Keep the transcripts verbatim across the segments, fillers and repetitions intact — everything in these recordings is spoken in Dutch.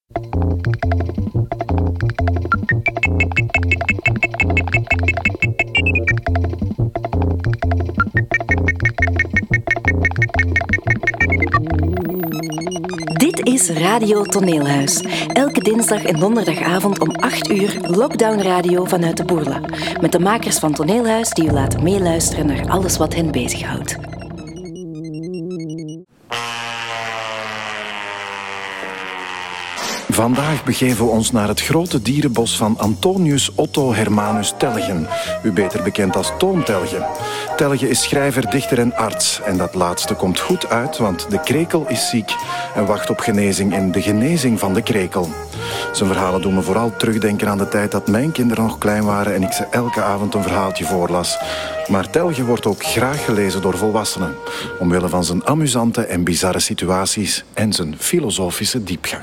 Dit is Radio Toneelhuis. Elke dinsdag en donderdagavond om acht uur Lockdown Radio vanuit de Boerla. Met de makers van Toneelhuis die u laten meeluisteren naar alles wat hen bezighoudt. Vandaag begeven we ons naar het grote dierenbos van Antonius Otto Hermanus Telge, u beter bekend als Toon Telge. Telge is schrijver, dichter en arts. En dat laatste komt goed uit, want de krekel is ziek en wacht op genezing in De Genezing van de Krekel. Zijn verhalen doen me vooral terugdenken aan de tijd dat mijn kinderen nog klein waren en ik ze elke avond een verhaaltje voorlas. Maar Telge wordt ook graag gelezen door volwassenen, omwille van zijn amusante en bizarre situaties en zijn filosofische diepgang.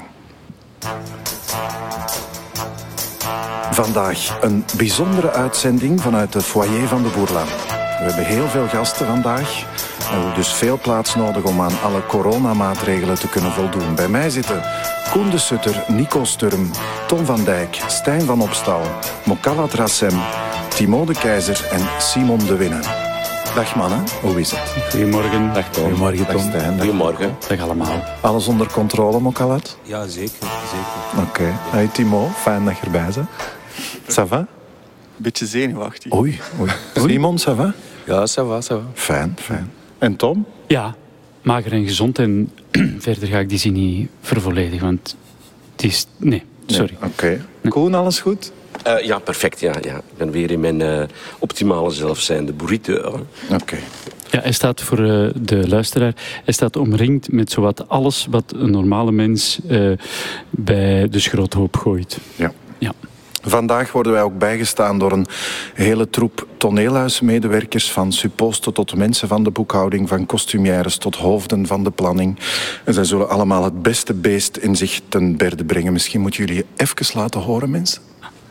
Vandaag een bijzondere uitzending vanuit het foyer van de Boerla. We hebben heel veel gasten vandaag en we hebben dus veel plaats nodig om aan alle coronamaatregelen te kunnen voldoen. Bij mij zitten Koen de Sutter, Nico Sturm, Tom van Dijk, Stijn van Opstal, Mokallat Rassem, Timo de Keizer en Simon de Winne. Dag mannen, hoe is het? Goedemorgen. Dag Tom. Goedemorgen Tom. Dag Stijn. Goedemorgen. Dag allemaal. Alles onder controle, Mokallat? Ja, zeker. zeker. Oké. Okay. Hey Timo, fijn dat je erbij bent. Ça va? Beetje zenuwachtig. Oei, oei. Simon, ça va? Ja, ça va, ça va. Fijn, fijn. En Tom? Ja, mager en gezond. En verder ga ik die zin niet vervolledigen, want het is... Nee, sorry. Nee, Oké. Okay. Nee. Koen, alles goed? Uh, ja, perfect. Ja, ja. Ik ben weer in mijn uh, optimale zelf zijn, de burrito. Oké. Okay. Ja, hij staat voor uh, de luisteraar, hij staat omringd met zowat alles wat een normale mens uh, bij de schroothoop gooit. Ja. Ja. Vandaag worden wij ook bijgestaan door een hele troep toneelhuismedewerkers, van supposten tot mensen van de boekhouding, van kostumières tot hoofden van de planning. En zij zullen allemaal het beste beest in zich ten berde brengen. Misschien moeten jullie even laten horen, mensen.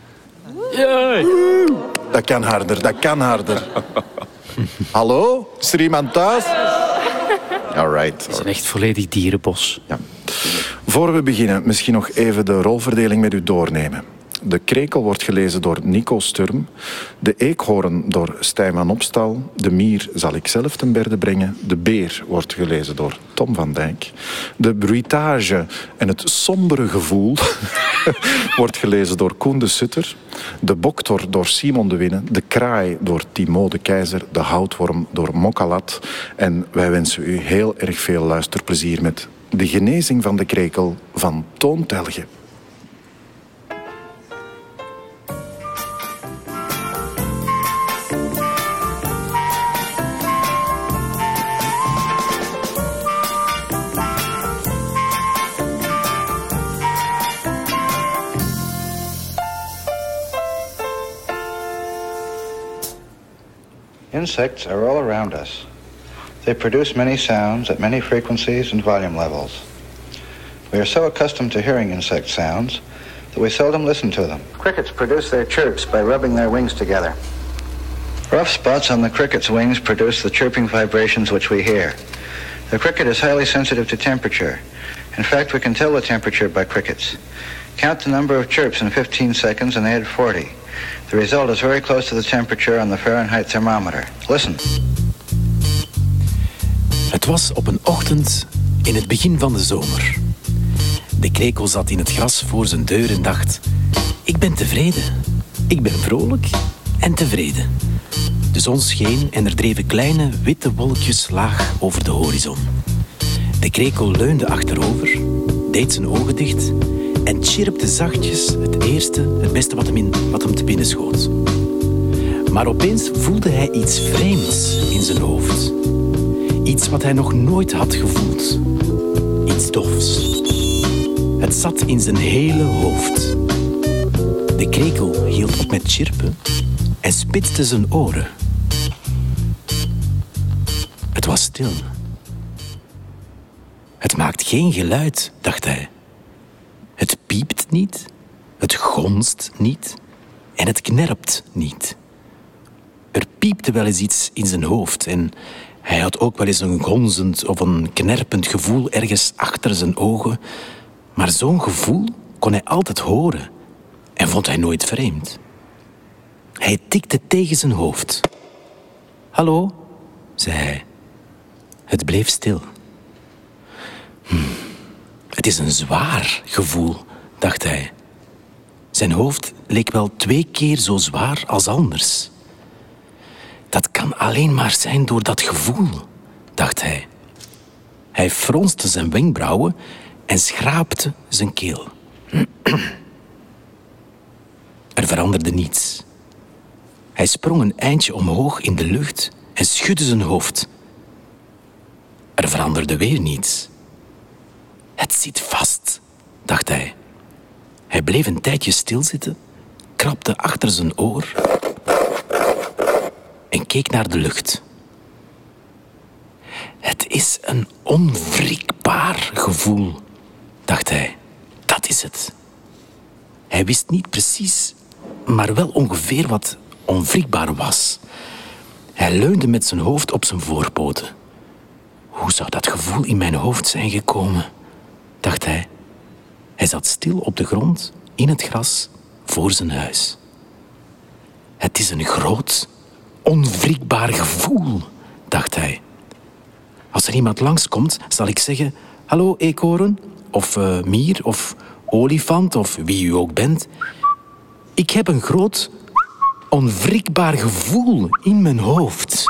Jee. Dat kan harder, dat kan harder. Hallo? Is er iemand thuis? All right. Het is een echt volledig dierenbos. Ja. Voor we beginnen, misschien nog even de rolverdeling met u doornemen. De krekel wordt gelezen door Nico Sturm. De eekhoorn door Stijn van Opstal. De mier zal ik zelf ten berde brengen. De beer wordt gelezen door Tom van Dijk. De bruitage en het sombere gevoel wordt gelezen door Koen de Sutter. De boktor door Simon de Winne. De kraai door Timo de Keizer. De houtworm door Mokallat. En wij wensen u heel erg veel luisterplezier met De Genezing van de Krekel van Toon Telge. Insects are all around us. They produce many sounds at many frequencies and volume levels. We are so accustomed to hearing insect sounds that we seldom listen to them. Crickets produce their chirps by rubbing their wings together. Rough spots on the cricket's wings produce the chirping vibrations which we hear. The cricket is highly sensitive to temperature. In fact, we can tell the temperature by crickets. Count the number of chirps in fifteen seconds and add forty. The result is very close to the temperature on the Fahrenheit thermometer. Listen. Het was op een ochtend in het begin van de zomer. De krekel zat in het gras voor zijn deur en dacht: ik ben tevreden. Ik ben vrolijk en tevreden. De zon scheen en er dreven kleine witte wolkjes laag over de horizon. De krekel leunde achterover, deed zijn ogen dicht en chirpte zachtjes het eerste, het beste wat hem, in, wat hem te binnen schoot. Maar opeens voelde hij iets vreemds in zijn hoofd. Iets wat hij nog nooit had gevoeld. Iets dofs. Het zat in zijn hele hoofd. De krekel hield op met chirpen en spitste zijn oren. Het was stil. Het maakt geen geluid, dacht hij. Het piept niet, het gonst niet en het knerpt niet. Er piepte wel eens iets in zijn hoofd en hij had ook wel eens een gonzend of een knerpend gevoel ergens achter zijn ogen. Maar zo'n gevoel kon hij altijd horen en vond hij nooit vreemd. Hij tikte tegen zijn hoofd. Hallo, zei hij. Het bleef stil. Hm. Het is een zwaar gevoel, dacht hij. Zijn hoofd leek wel twee keer zo zwaar als anders. Dat kan alleen maar zijn door dat gevoel, dacht hij. Hij fronste zijn wenkbrauwen en schraapte zijn keel. Er veranderde niets. Hij sprong een eindje omhoog in de lucht en schudde zijn hoofd. Er veranderde weer niets. Het zit vast, dacht hij. Hij bleef een tijdje stilzitten, krabde achter zijn oor en keek naar de lucht. Het is een onwrikbaar gevoel, dacht hij. Dat is het. Hij wist niet precies, maar wel ongeveer wat onwrikbaar was. Hij leunde met zijn hoofd op zijn voorpoten. Hoe zou dat gevoel in mijn hoofd zijn gekomen, dacht hij. Hij zat stil op de grond, in het gras, voor zijn huis. Het is een groot, onwrikbaar gevoel, dacht hij. Als er iemand langskomt, zal ik zeggen... Hallo, eekhoorn, of uh, mier, of olifant, of wie u ook bent. Ik heb een groot, onwrikbaar gevoel in mijn hoofd.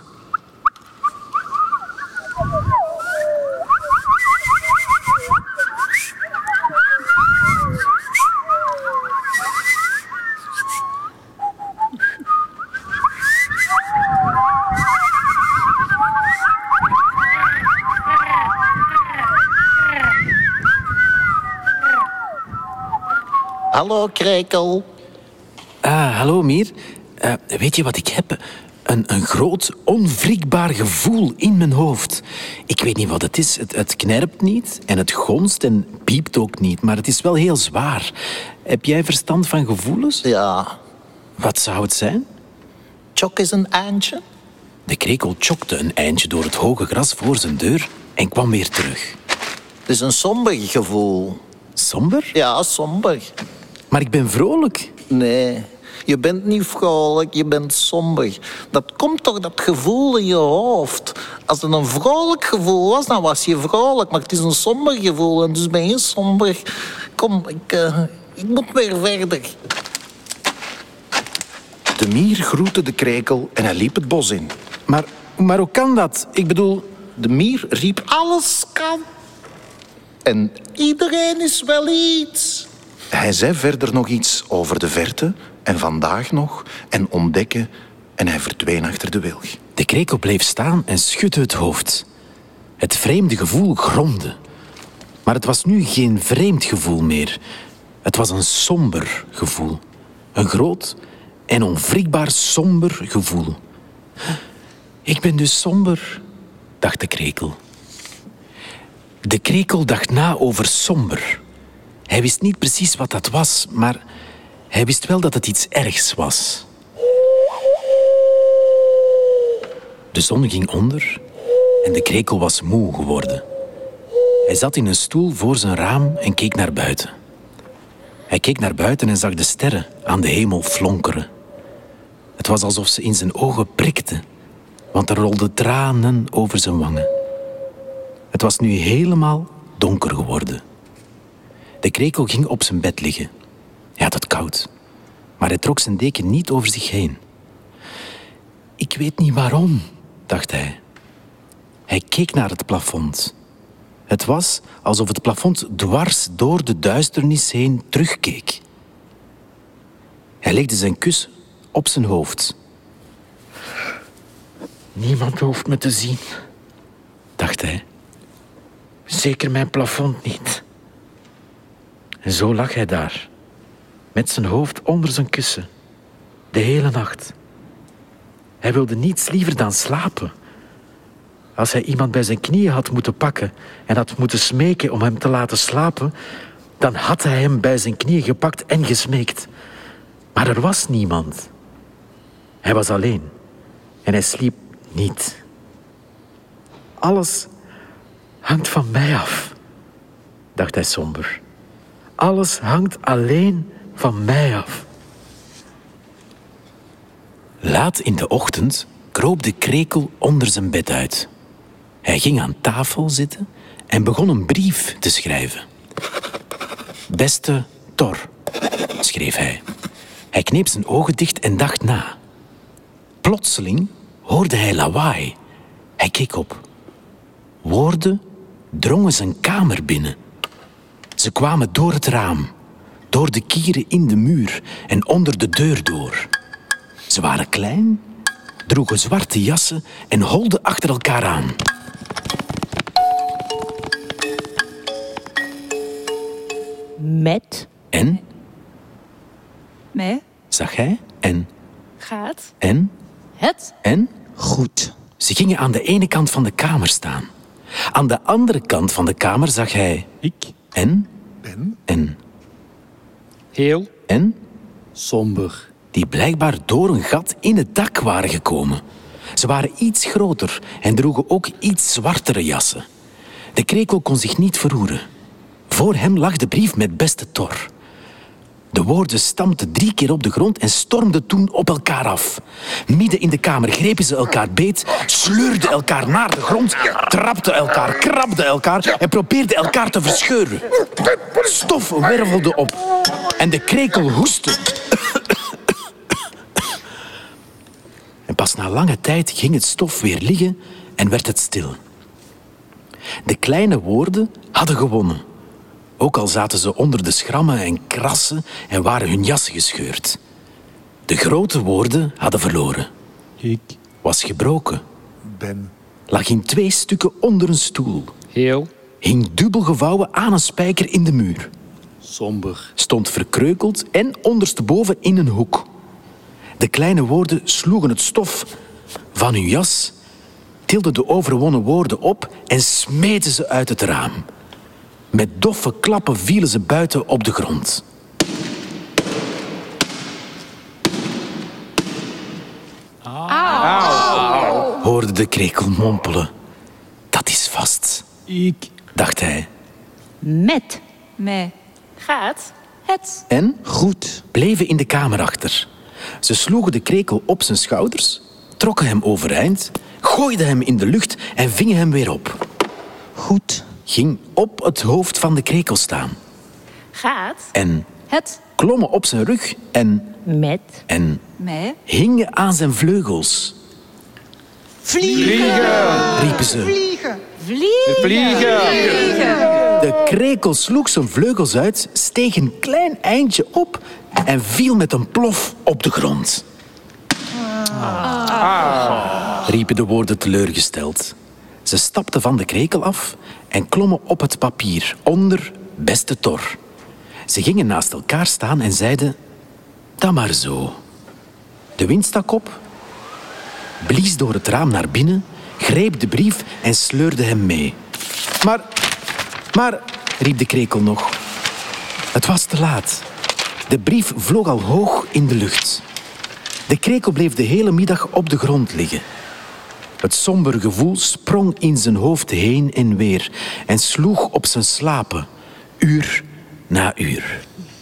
Hallo, krekel. Ah, hallo, Mier. Uh, weet je wat ik heb? Een, een groot, onwrikbaar gevoel in mijn hoofd. Ik weet niet wat het is. Het, het knerpt niet en het gonst en piept ook niet. Maar het is wel heel zwaar. Heb jij verstand van gevoelens? Ja. Wat zou het zijn? Tjok is een eindje. De krekel tjokte een eindje door het hoge gras voor zijn deur en kwam weer terug. Het is een somber gevoel. Somber? Ja, somber. Maar ik ben vrolijk. Nee, je bent niet vrolijk, je bent somber. Dat komt toch dat gevoel in je hoofd. Als het een vrolijk gevoel was, dan was je vrolijk. Maar het is een somber gevoel en dus ben je somber. Kom, ik, uh, ik moet weer verder. De mier groette de krekel en hij liep het bos in. Maar, maar hoe kan dat? Ik bedoel... De mier riep, alles kan. En iedereen is wel iets. Hij zei verder nog iets over de verte en vandaag nog en ontdekken en hij verdween achter de wilg. De krekel bleef staan en schudde het hoofd. Het vreemde gevoel gromde. Maar het was nu geen vreemd gevoel meer. Het was een somber gevoel. Een groot en onwrikbaar somber gevoel. Ik ben dus somber, dacht de krekel. De krekel dacht na over somber. Hij wist niet precies wat dat was, maar hij wist wel dat het iets ergs was. De zon ging onder en de krekel was moe geworden. Hij zat in een stoel voor zijn raam en keek naar buiten. Hij keek naar buiten en zag de sterren aan de hemel flonkeren. Het was alsof ze in zijn ogen prikten, want er rolden tranen over zijn wangen. Het was nu helemaal donker geworden. De krekel ging op zijn bed liggen. Hij had het koud, maar hij trok zijn deken niet over zich heen. Ik weet niet waarom, dacht hij. Hij keek naar het plafond. Het was alsof het plafond dwars door de duisternis heen terugkeek. Hij legde zijn kus op zijn hoofd. Niemand hoeft me te zien, dacht hij. Zeker mijn plafond niet. En zo lag hij daar, met zijn hoofd onder zijn kussen, de hele nacht. Hij wilde niets liever dan slapen. Als hij iemand bij zijn knieën had moeten pakken en had moeten smeken om hem te laten slapen, dan had hij hem bij zijn knieën gepakt en gesmeekt. Maar er was niemand. Hij was alleen en hij sliep niet. Alles hangt van mij af, dacht hij somber. alles hangt alleen van mij af. Laat in de ochtend kroop de krekel onder zijn bed uit. Hij ging aan tafel zitten en begon een brief te schrijven. Beste Thor, schreef hij. Hij kneep zijn ogen dicht en dacht na. Plotseling hoorde hij lawaai. Hij keek op. Woorden drongen zijn kamer binnen. Ze kwamen door het raam, door de kieren in de muur en onder de deur door. Ze waren klein, droegen zwarte jassen en holden achter elkaar aan. Met. En? Mee. Zag hij? En? Gaat. En? Het. En? Goed. Ze gingen aan de ene kant van de kamer staan. Aan de andere kant van de kamer zag hij... Ik. En? Ben? En? Heel. En? Somber. Die blijkbaar door een gat in het dak waren gekomen. Ze waren iets groter en droegen ook iets zwartere jassen. De krekel kon zich niet verroeren. Voor hem lag de brief met beste Thor. De woorden stampten drie keer op de grond en stormden toen op elkaar af. Midden in de kamer grepen ze elkaar beet, sleurden elkaar naar de grond, trapten elkaar, krabden elkaar en probeerden elkaar te verscheuren. Stof wervelde op en de krekel hoestte. En pas na lange tijd ging het stof weer liggen en werd het stil. De kleine woorden hadden gewonnen. Ook al zaten ze onder de schrammen en krassen en waren hun jassen gescheurd. De grote woorden hadden verloren. Ik. Was gebroken. Ben. Lag in twee stukken onder een stoel. Heel. Hing dubbel gevouwen aan een spijker in de muur. Somber. Stond verkreukeld en ondersteboven in een hoek. De kleine woorden sloegen het stof van hun jas, tilden de overwonnen woorden op en smeten ze uit het raam. Met doffe klappen vielen ze buiten op de grond. Auw. Hoorde de krekel mompelen. Dat is vast, Ik. dacht hij. Met. Mee. Gaat. Het. En, goed, bleven in de kamer achter. Ze sloegen de krekel op zijn schouders, trokken hem overeind, gooiden hem in de lucht en vingen hem weer op. Goed. Ging op het hoofd van de krekel staan. Gaat. En Het. klommen op zijn rug en, Met. en Mee. hingen aan zijn vleugels. Vliegen! Riepen ze. Vliegen! Vliegen. De krekel sloeg zijn vleugels uit, steeg een klein eindje op en viel met een plof op de grond. Ah. Riepen de woorden teleurgesteld. Ze stapten van de krekel af en klommen op het papier onder beste Thor. Ze gingen naast elkaar staan en zeiden: dan maar zo. De wind stak op, blies door het raam naar binnen, greep de brief en sleurde hem mee. Maar, maar, riep de krekel nog. Het was te laat. De brief vloog al hoog in de lucht. De krekel bleef de hele middag op de grond liggen. Het somber gevoel sprong in zijn hoofd heen en weer en sloeg op zijn slapen, uur na uur.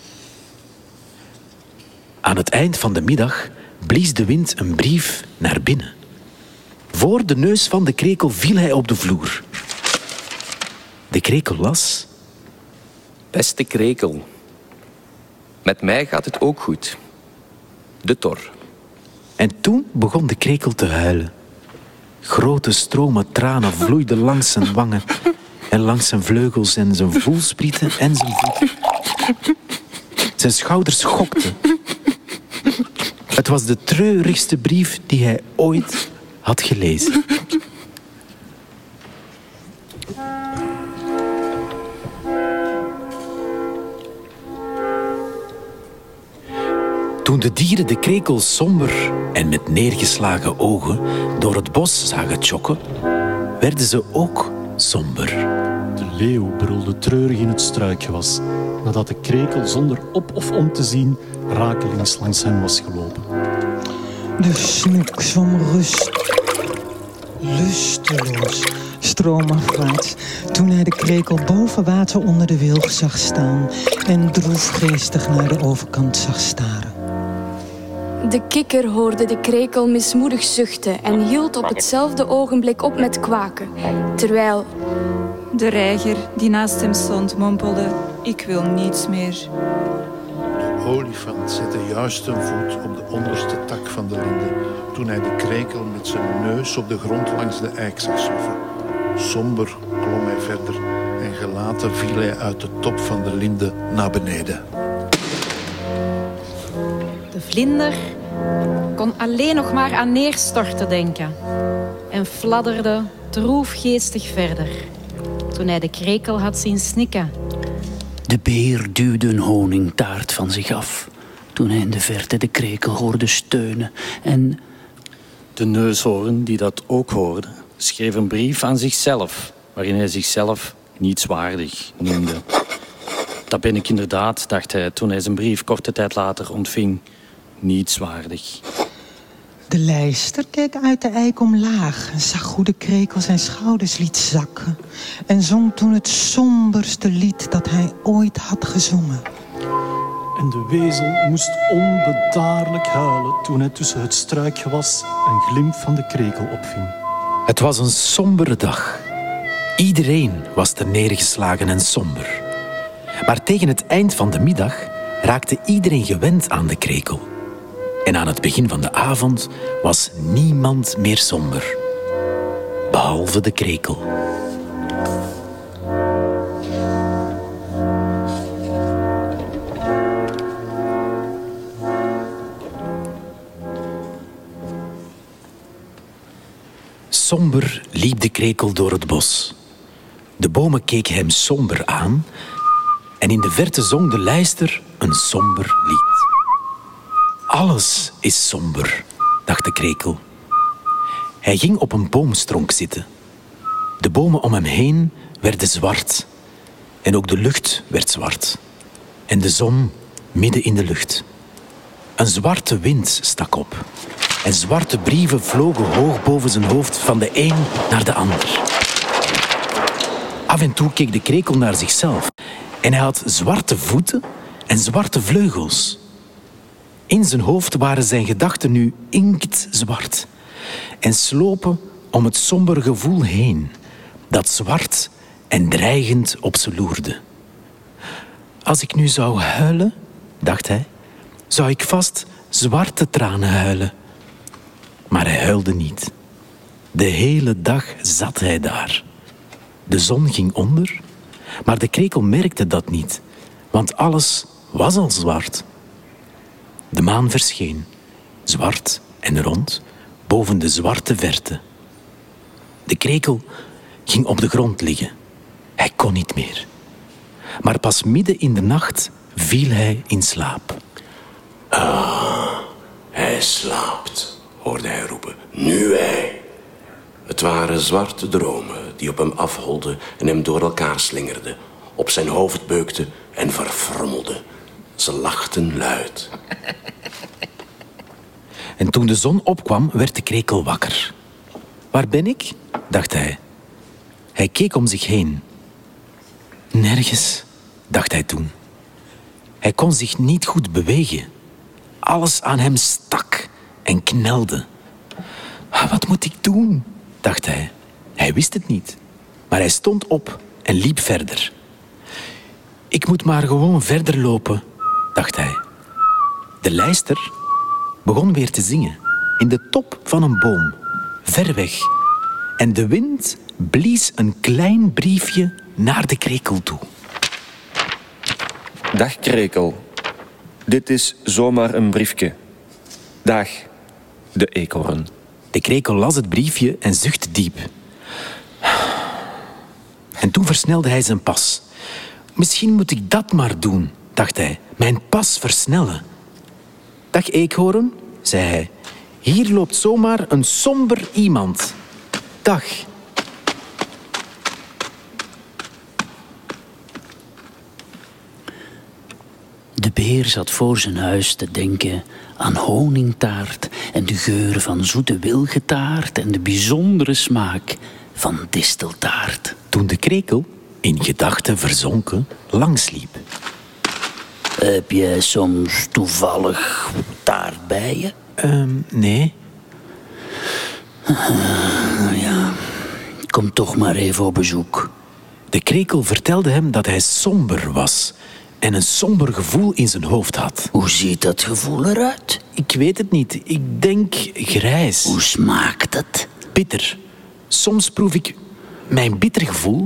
Aan het eind van de middag blies de wind een brief naar binnen. Voor de neus van de krekel viel hij op de vloer. De krekel las: Beste krekel, met mij gaat het ook goed. De Thor. En toen begon de krekel te huilen. Grote stromen tranen vloeiden langs zijn wangen en langs zijn vleugels en zijn voelsprieten en zijn voeten. Zijn schouders schokten. Het was de treurigste brief die hij ooit had gelezen. Toen de dieren de krekel somber en met neergeslagen ogen door het bos zagen tjokken, werden ze ook somber. De leeuw brulde treurig in het struikgewas, nadat de krekel zonder op of om te zien rakelings langs hem was gelopen. De snoek zwom rust, lusteloos, stroomafwaarts, toen hij de krekel boven water onder de wilg zag staan en droefgeestig naar de overkant zag staren. De kikker hoorde de krekel mismoedig zuchten en hield op hetzelfde ogenblik op met kwaken, terwijl... De reiger die naast hem stond mompelde, ik wil niets meer. De olifant zette juist een voet op de onderste tak van de linde, toen hij de krekel met zijn neus op de grond langs de eik zag sloffen. Somber klom hij verder en gelaten viel hij uit de top van de linde naar beneden. De vlinder kon alleen nog maar aan neerstorten denken en fladderde droefgeestig verder, toen hij de krekel had zien snikken. De beer duwde een honingtaart van zich af, toen hij in de verte de krekel hoorde steunen en... De neushoorn, die dat ook hoorde, schreef een brief aan zichzelf, waarin hij zichzelf nietswaardig noemde. Dat ben ik inderdaad, dacht hij, toen hij zijn brief korte tijd later ontving. Nietswaardig. De lijster keek uit de eik omlaag en zag hoe de krekel zijn schouders liet zakken en zong toen het somberste lied dat hij ooit had gezongen. En de wezel moest onbedaarlijk huilen toen hij tussen het struikgewas een glimp van de krekel opving. Het was een sombere dag. Iedereen was ter neergeslagen en somber. Maar tegen het eind van de middag raakte iedereen gewend aan de krekel. En aan het begin van de avond was niemand meer somber. Behalve de krekel. Somber liep de krekel door het bos. De bomen keken hem somber aan en in de verte zong de lijster een somber lied. Alles is somber, dacht de krekel. Hij ging op een boomstronk zitten. De bomen om hem heen werden zwart en ook de lucht werd zwart en de zon midden in de lucht. Een zwarte wind stak op en zwarte brieven vlogen hoog boven zijn hoofd van de een naar de ander. Af en toe keek de krekel naar zichzelf en hij had zwarte voeten en zwarte vleugels. In zijn hoofd waren zijn gedachten nu inktzwart en slopen om het sombere gevoel heen, dat zwart en dreigend op ze loerde. Als ik nu zou huilen, dacht hij, zou ik vast zwarte tranen huilen. Maar hij huilde niet. De hele dag zat hij daar. De zon ging onder, maar de krekel merkte dat niet, want alles was al zwart. De maan verscheen, zwart en rond, boven de zwarte verte. De krekel ging op de grond liggen. Hij kon niet meer. Maar pas midden in de nacht viel hij in slaap. Ah, hij slaapt, hoorde hij roepen. Nu hij. Het waren zwarte dromen die op hem afholden en hem door elkaar slingerden, op zijn hoofd beukten en verfrommelden. Ze lachten luid. En toen de zon opkwam, werd de krekel wakker. Waar ben ik? Dacht hij. Hij keek om zich heen. Nergens, dacht hij toen. Hij kon zich niet goed bewegen. Alles aan hem stak en knelde. Wat moet ik doen? Dacht hij. Hij wist het niet. Maar hij stond op en liep verder. Ik moet maar gewoon verder lopen, dacht hij. De lijster begon weer te zingen, in de top van een boom, ver weg. En de wind blies een klein briefje naar de krekel toe. Dag krekel, dit is zomaar een briefje. Dag, de eekhoorn. De krekel las het briefje en zuchtte diep. En toen versnelde hij zijn pas. Misschien moet ik dat maar doen, dacht hij. Mijn pas versnellen. Dag eekhoorn, zei hij. Hier loopt zomaar een somber iemand. Dag. De beer zat voor zijn huis te denken aan honingtaart en de geuren van zoete wilgetaart en de bijzondere smaak van disteltaart. Toen de krekel, in gedachten verzonken, langsliep. Heb jij soms toevallig taart bij je? Um, nee. Uh, ja, kom toch maar even op bezoek. De krekel vertelde hem dat hij somber was en een somber gevoel in zijn hoofd had. Hoe ziet dat gevoel eruit? Ik weet het niet. Ik denk grijs. Hoe smaakt het? Bitter. Soms proef ik mijn bitter gevoel.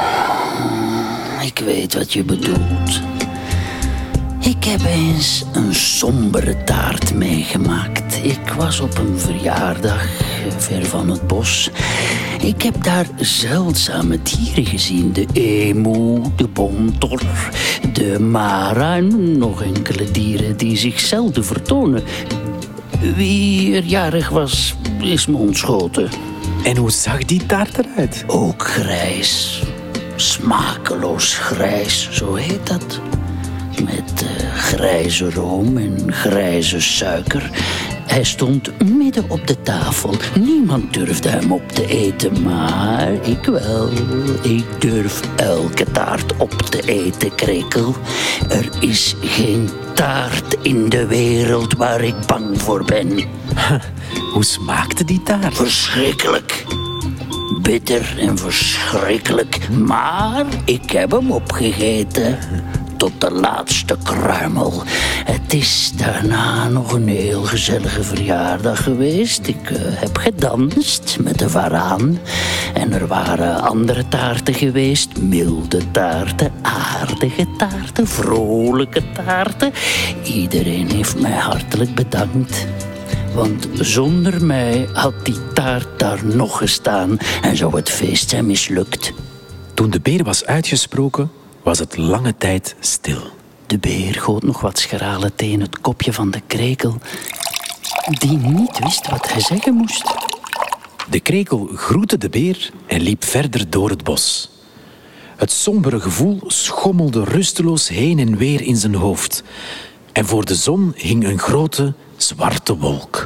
Ik weet wat je bedoelt. Ik heb eens een sombere taart meegemaakt. Ik was op een verjaardag ver van het bos. Ik heb daar zeldzame dieren gezien. De emu, de bontor, de mara en nog enkele dieren die zich zelden vertonen. Wie er jarig was, is me ontschoten. En hoe zag die taart eruit? Ook grijs. Smakeloos grijs, zo heet dat. Met uh, grijze room en grijze suiker. Hij stond midden op de tafel. Niemand durfde hem op te eten, maar ik wel. Ik durf elke taart op te eten, krekel. Er is geen taart in de wereld waar ik bang voor ben. Hoe smaakte die taart? Verschrikkelijk. Bitter en verschrikkelijk. Maar ik heb hem opgegeten. Tot de laatste kruimel. Het is daarna nog een heel gezellige verjaardag geweest. Ik uh, heb gedanst met de varaan. En er waren andere taarten geweest. Milde taarten, aardige taarten, vrolijke taarten. Iedereen heeft mij hartelijk bedankt. Want zonder mij had die taart daar nog gestaan en zou het feest zijn mislukt. Toen de beer was uitgesproken, was het lange tijd stil. De beer goot nog wat schrale thee in het kopje van de krekel, die niet wist wat hij zeggen moest. De krekel groette de beer en liep verder door het bos. Het sombere gevoel schommelde rusteloos heen en weer in zijn hoofd. En voor de zon hing een grote, zwarte wolk.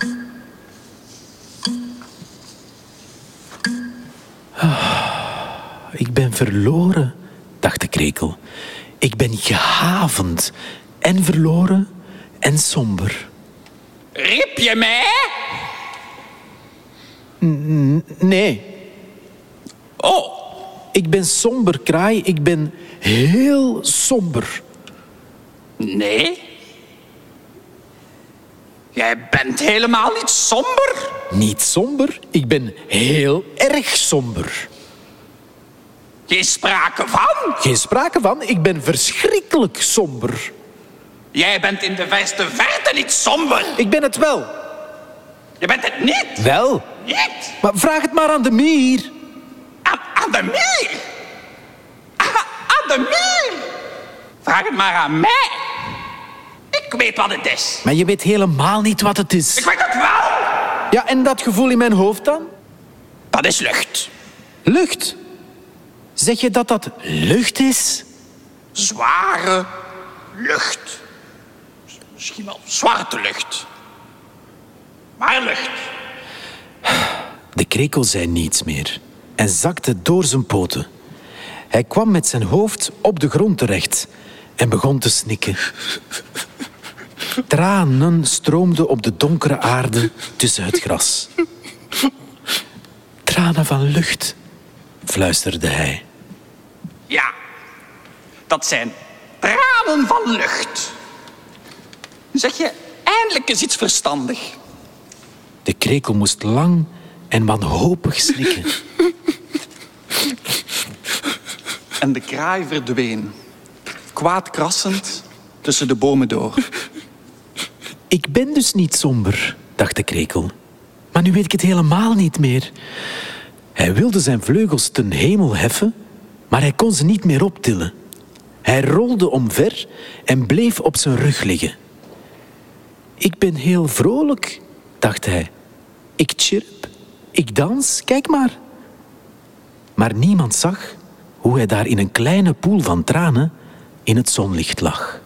Ah, ik ben verloren, dacht de krekel. Ik ben gehavend en verloren en somber. Riep je mij? N- nee. Oh. Ik ben somber, kraai. Ik ben heel somber. Nee? Jij bent helemaal niet somber? Niet somber, ik ben heel erg somber. Geen sprake van? Geen sprake van, ik ben verschrikkelijk somber. Jij bent in de verste verte niet somber. Ik ben het wel. Je bent het niet? Wel. Niet? Maar vraag het maar aan de mier. Aan, aan de mier? A, aan de mier? Vraag het maar aan mij. Ik weet wat het is. Maar je weet helemaal niet wat het is. Ik weet het wel. Ja, en dat gevoel in mijn hoofd dan? Dat is lucht. Lucht? Zeg je dat dat lucht is? Zware lucht. Misschien wel zwarte lucht. Maar lucht. De krekel zei niets meer en zakte door zijn poten. Hij kwam met zijn hoofd op de grond terecht en begon te snikken. Tranen stroomden op de donkere aarde tussen het gras. Tranen van lucht, fluisterde hij. Ja, dat zijn tranen van lucht. Zeg je eindelijk eens iets verstandig. De krekel moest lang en wanhopig snikken. En de kraai verdween, kwaad krassend tussen de bomen door. Ik ben dus niet somber, dacht de krekel. Maar nu weet ik het helemaal niet meer. Hij wilde zijn vleugels ten hemel heffen, maar hij kon ze niet meer optillen. Hij rolde omver en bleef op zijn rug liggen. Ik ben heel vrolijk, dacht hij. Ik chirp, ik dans, kijk maar. Maar niemand zag hoe hij daar in een kleine poel van tranen in het zonlicht lag.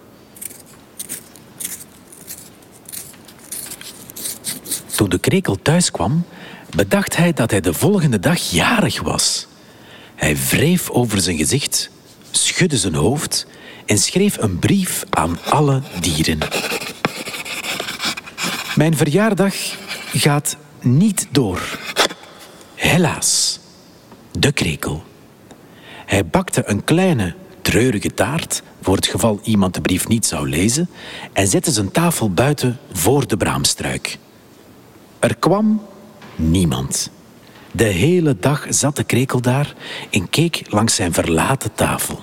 Toen de krekel thuis kwam, bedacht hij dat hij de volgende dag jarig was. Hij wreef over zijn gezicht, schudde zijn hoofd en schreef een brief aan alle dieren. Mijn verjaardag gaat niet door. Helaas. De krekel. Hij bakte een kleine, treurige taart, voor het geval iemand de brief niet zou lezen, en zette zijn tafel buiten voor de braamstruik. Er kwam niemand. De hele dag zat de krekel daar en keek langs zijn verlaten tafel.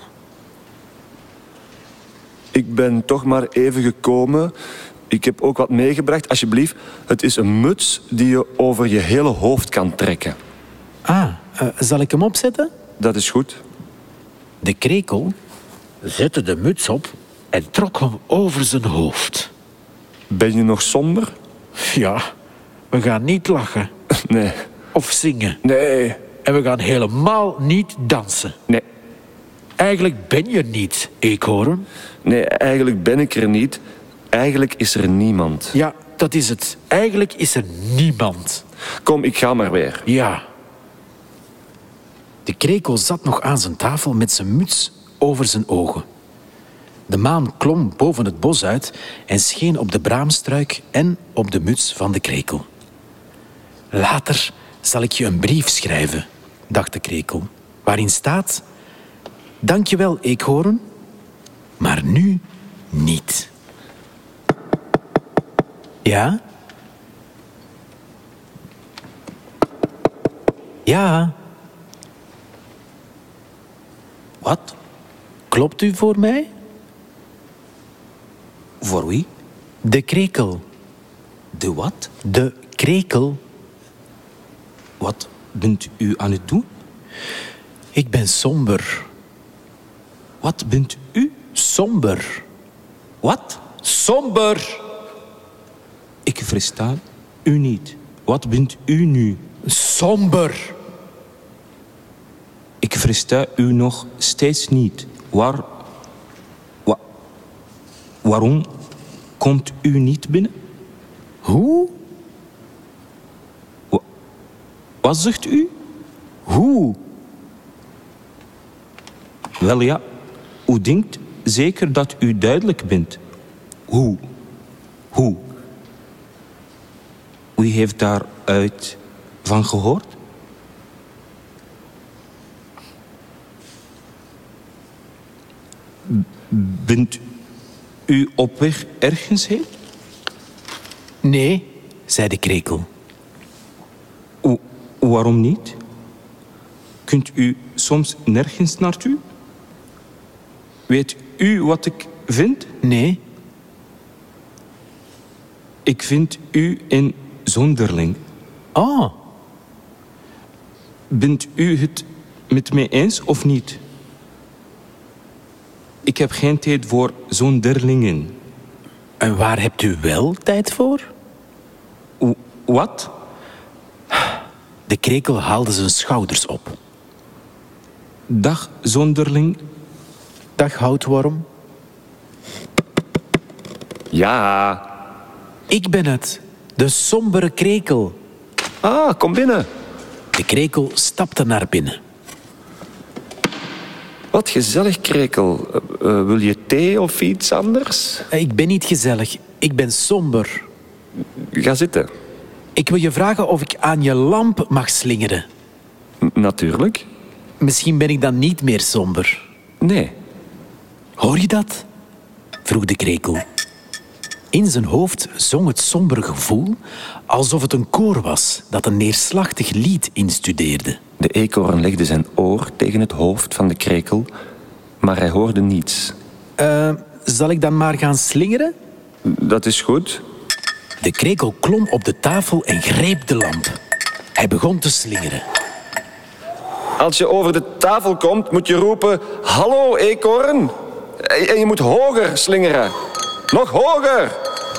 Ik ben toch maar even gekomen. Ik heb ook wat meegebracht, alsjeblieft. Het is een muts die je over je hele hoofd kan trekken. Ah, uh, zal ik hem opzetten? Dat is goed. De krekel zette de muts op en trok hem over zijn hoofd. Ben je nog somber? Ja, we gaan niet lachen. Nee. Of zingen. Nee. En we gaan helemaal niet dansen. Nee. Eigenlijk ben je niet, eekhoorn. Nee, eigenlijk ben ik er niet. Eigenlijk is er niemand. Ja, dat is het. Eigenlijk is er niemand. Kom, ik ga maar weer. Ja. De krekel zat nog aan zijn tafel met zijn muts over zijn ogen. De maan klom boven het bos uit en scheen op de braamstruik en op de muts van de krekel. Later zal ik je een brief schrijven, dacht de krekel, waarin staat: dankjewel, eekhoorn, maar nu niet. Ja? Ja. Wat? Klopt u voor mij? Voor wie? De krekel. De wat? De krekel. Wat bent u aan het doen? Ik ben somber. Wat bent u? Somber. Wat? Somber. Ik versta u niet. Wat bent u nu? Somber. Ik versta u nog steeds niet. Waar... Wa, waarom komt u niet binnen? Hoe? Wa, wat zegt u? Hoe? Wel ja, u denkt zeker dat u duidelijk bent. Hoe? Hoe? Wie heeft daaruit van gehoord? Bent u op weg ergens heen? Nee, zei de krekel. O, waarom niet? Kunt u soms nergens naartoe? Weet u wat ik vind? Nee. Ik vind u een zonderling. Ah. Bent u het met mij eens of niet? Ik heb geen tijd voor zonderlingen. En waar hebt u wel tijd voor? O, wat? De krekel haalde zijn schouders op. Dag, zonderling. Dag, houtworm. Ja. Ik ben het, de sombere krekel. Ah, kom binnen. De krekel stapte naar binnen. Wat gezellig, krekel. Uh, uh, wil je thee of iets anders? Ik ben niet gezellig, ik ben somber. Ga zitten. Ik wil je vragen of ik aan je lamp mag slingeren. N- natuurlijk. Misschien ben ik dan niet meer somber. Nee. Hoor je dat? Vroeg de krekel. In zijn hoofd zong het sombere gevoel alsof het een koor was dat een neerslachtig lied instudeerde. De eekhoorn legde zijn oor tegen het hoofd van de krekel, maar hij hoorde niets. Uh, zal ik dan maar gaan slingeren? Dat is goed. De krekel klom op de tafel en greep de lamp. Hij begon te slingeren. Als je over de tafel komt, moet je roepen: hallo, eekhoorn. En je moet hoger slingeren. Nog hoger.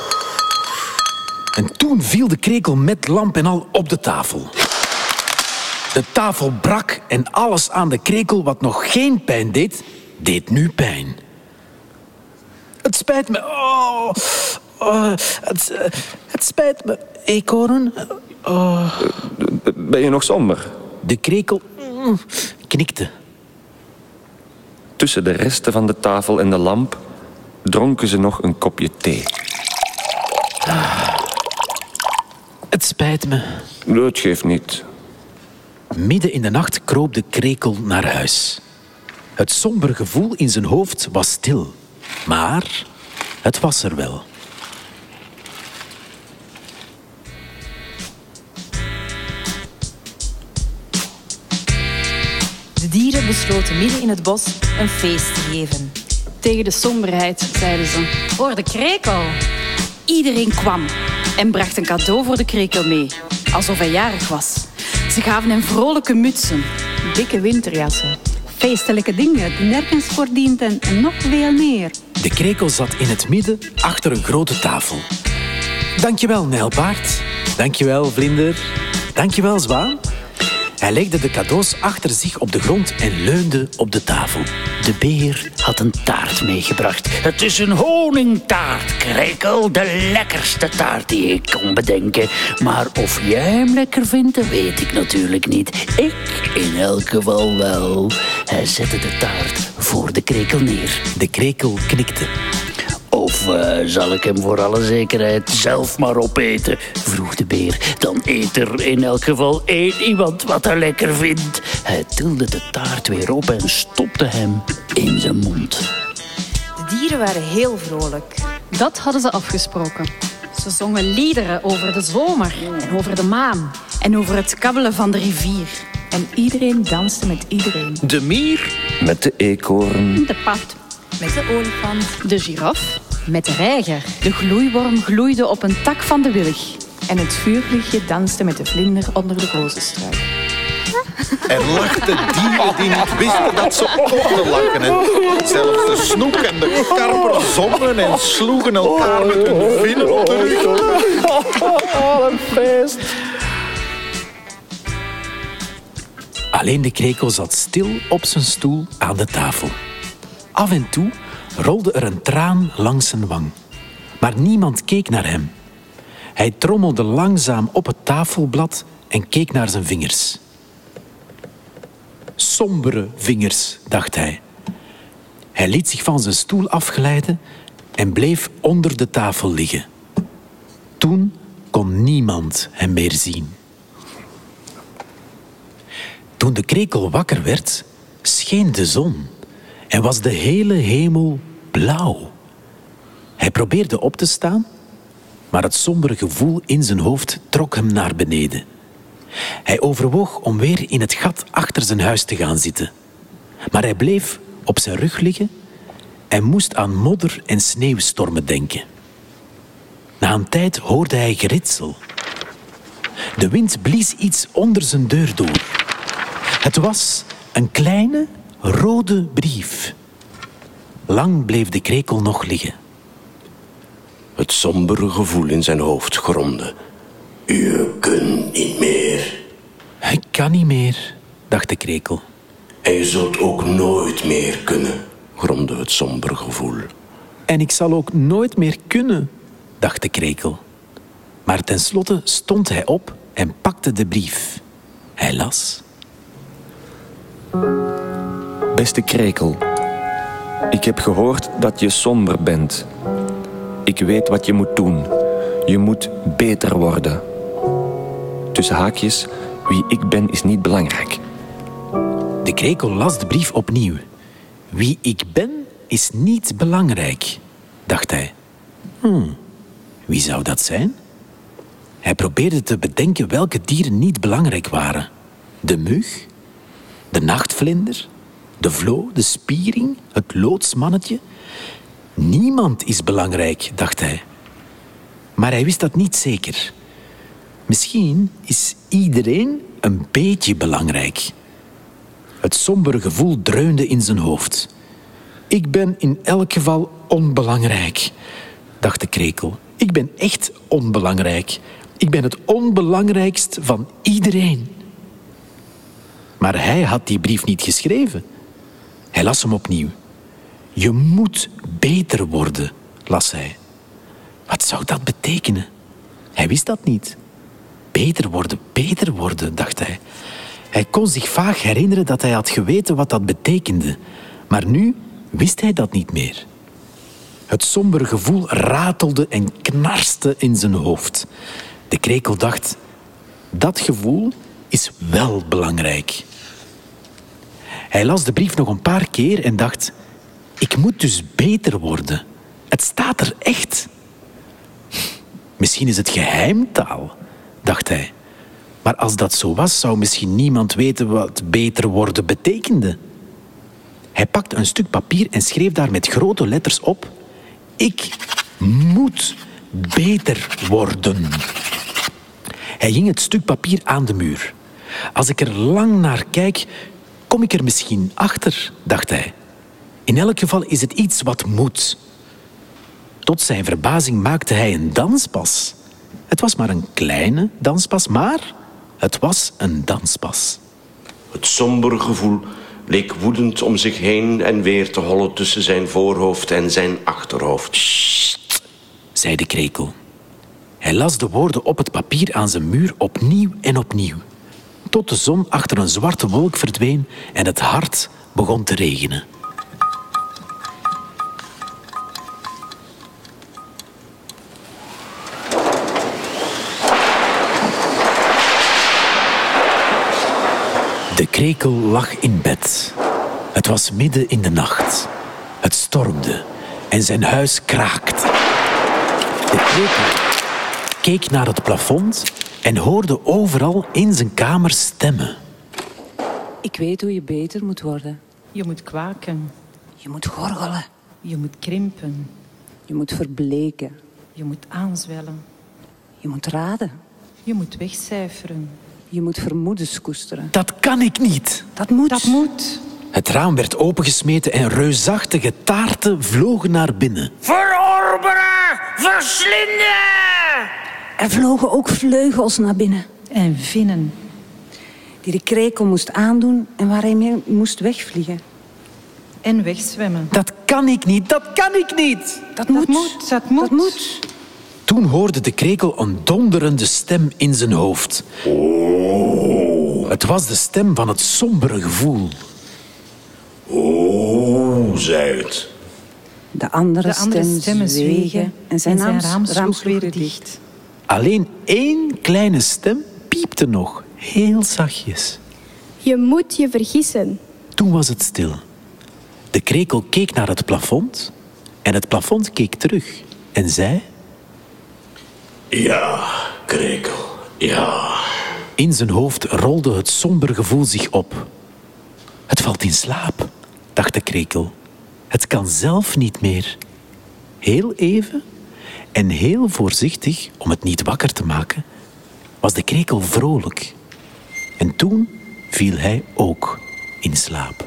En toen viel de krekel met lamp en al op de tafel. De tafel brak en alles aan de krekel wat nog geen pijn deed, deed nu pijn. Het spijt me. Oh, oh, het, het spijt me, eekhoorn. Oh. Ben je nog somber? De krekel mm, knikte. Tussen de resten van de tafel en de lamp dronken ze nog een kopje thee. Ah, het spijt me. Dat geeft niet. Midden in de nacht kroop de krekel naar huis. Het somber gevoel in zijn hoofd was stil. Maar het was er wel. De dieren besloten midden in het bos een feest te geven. Tegen de somberheid, zeiden ze. Voor de krekel. Iedereen kwam en bracht een cadeau voor de krekel mee. Alsof hij jarig was. Ze gaven hem vrolijke mutsen, dikke winterjassen, feestelijke dingen die nergens voor dienten en nog veel meer. De krekel zat in het midden achter een grote tafel. Dankjewel, Nijlpaard. Dankjewel, Vlinder. Dankjewel, Zwaan. Hij legde de cadeaus achter zich op de grond en leunde op de tafel. De beer had een taart meegebracht. Het is een honingtaart, krekel. De lekkerste taart die ik kon bedenken. Maar of jij hem lekker vindt, dat weet ik natuurlijk niet. Ik in elk geval wel. Hij zette de taart voor de krekel neer. De krekel knikte. Of uh, zal ik hem voor alle zekerheid zelf maar opeten? Vroeg de beer. Dan eet er in elk geval één iemand wat hij lekker vindt. Hij tilde de taart weer op en stopte hem in zijn mond. De dieren waren heel vrolijk. Dat hadden ze afgesproken. Ze zongen liederen over de zomer en over de maan. En over het kabbelen van de rivier. En iedereen danste met iedereen. De mier met de eekhoorn. De pad met de olifant. De giraf met de reiger. De gloeiworm gloeide op een tak van de wilg. En het vuurlichtje danste met de vlinder onder de rozenstruik. Er lachten dieren die niet wisten dat ze konden lachen. En zelfs de snoek en de karper zongen en sloegen elkaar met hun vinnen op de rug. Oh, een feest. Alleen de krekel zat stil op zijn stoel aan de tafel. Af en toe rolde er een traan langs zijn wang. Maar niemand keek naar hem. Hij trommelde langzaam op het tafelblad en keek naar zijn vingers. Sombere vingers, dacht hij. Hij liet zich van zijn stoel afglijden en bleef onder de tafel liggen. Toen kon niemand hem meer zien. Toen de krekel wakker werd, scheen de zon en was de hele hemel blauw. Hij probeerde op te staan, maar het sombere gevoel in zijn hoofd trok hem naar beneden. Hij overwoog om weer in het gat achter zijn huis te gaan zitten. Maar hij bleef op zijn rug liggen en moest aan modder en sneeuwstormen denken. Na een tijd hoorde hij geritsel. De wind blies iets onder zijn deur door. Het was een kleine, rode brief. Lang bleef de krekel nog liggen. Het sombere gevoel in zijn hoofd gromde. U kunt niet meer. Hij kan niet meer, dacht de krekel. En je zult ook nooit meer kunnen, gromde het sombere gevoel. En ik zal ook nooit meer kunnen, dacht de krekel. Maar tenslotte stond hij op en pakte de brief. Hij las. Beste krekel, ik heb gehoord dat je somber bent. Ik weet wat je moet doen. Je moet beter worden. Tussen haakjes, wie ik ben is niet belangrijk. De krekel las de brief opnieuw. Wie ik ben is niet belangrijk, dacht hij. Hmm, wie zou dat zijn? Hij probeerde te bedenken welke dieren niet belangrijk waren. De mug, de nachtvlinder, de vloo, de spiering, het loodsmannetje. Niemand is belangrijk, dacht hij. Maar hij wist dat niet zeker. Misschien is iedereen een beetje belangrijk. Het sombere gevoel dreunde in zijn hoofd. Ik ben in elk geval onbelangrijk, dacht de krekel. Ik ben echt onbelangrijk. Ik ben het onbelangrijkst van iedereen. Maar hij had die brief niet geschreven. Hij las hem opnieuw. Je moet beter worden, las hij. Wat zou dat betekenen? Hij wist dat niet. Beter worden, beter worden, dacht hij. Hij kon zich vaag herinneren dat hij had geweten wat dat betekende. Maar nu wist hij dat niet meer. Het sombere gevoel ratelde en knarste in zijn hoofd. De krekel dacht, dat gevoel is wel belangrijk. Hij las de brief nog een paar keer en dacht, ik moet dus beter worden. Het staat er echt. Misschien is het geheimtaal, dacht hij. Maar als dat zo was, zou misschien niemand weten wat beter worden betekende. Hij pakte een stuk papier en schreef daar met grote letters op, ik moet beter worden. Hij hing het stuk papier aan de muur. Als ik er lang naar kijk, kom ik er misschien achter, dacht hij. In elk geval is het iets wat moet. Tot zijn verbazing maakte hij een danspas. Het was maar een kleine danspas, maar het was een danspas. Het sombere gevoel leek woedend om zich heen en weer te hollen tussen zijn voorhoofd en zijn achterhoofd. Sst, zei de krekel. Hij las de woorden op het papier aan zijn muur opnieuw en opnieuw. Tot de zon achter een zwarte wolk verdween en het hard begon te regenen. De krekel lag in bed. Het was midden in de nacht. Het stormde en zijn huis kraakte. De krekel keek naar het plafond en hoorde overal in zijn kamer stemmen. Ik weet hoe je beter moet worden. Je moet kwaken. Je moet gorgelen. Je moet krimpen. Je moet verbleken. Je moet aanzwellen. Je moet raden. Je moet wegcijferen. Je moet vermoedens koesteren. Dat kan ik niet. Dat moet. Dat moet. Het raam werd opengesmeten en reusachtige taarten vlogen naar binnen. Verorberen! Verslinden! Er vlogen ook vleugels naar binnen. En vinnen. Die de krekel moest aandoen en waar hij mee moest wegvliegen. En wegzwemmen. Dat kan ik niet, dat kan ik niet. Dat moet. Dat moet. Dat moet. Dat moet. Toen hoorde de krekel een donderende stem in zijn hoofd. Oh. Het was de stem van het sombere gevoel. Oh, zei het. De andere, de andere stem stemmen zwegen en zijn, en zijn raam, raam raam sloeg weer dicht. Alleen één kleine stem piepte nog, heel zachtjes. Je moet je vergissen. Toen was het stil. De krekel keek naar het plafond en het plafond keek terug en zei... Ja, krekel, ja. In zijn hoofd rolde het somber gevoel zich op. Het valt in slaap, dacht de krekel. Het kan zelf niet meer. Heel even en heel voorzichtig, om het niet wakker te maken, was de krekel vrolijk. En toen viel hij ook in slaap.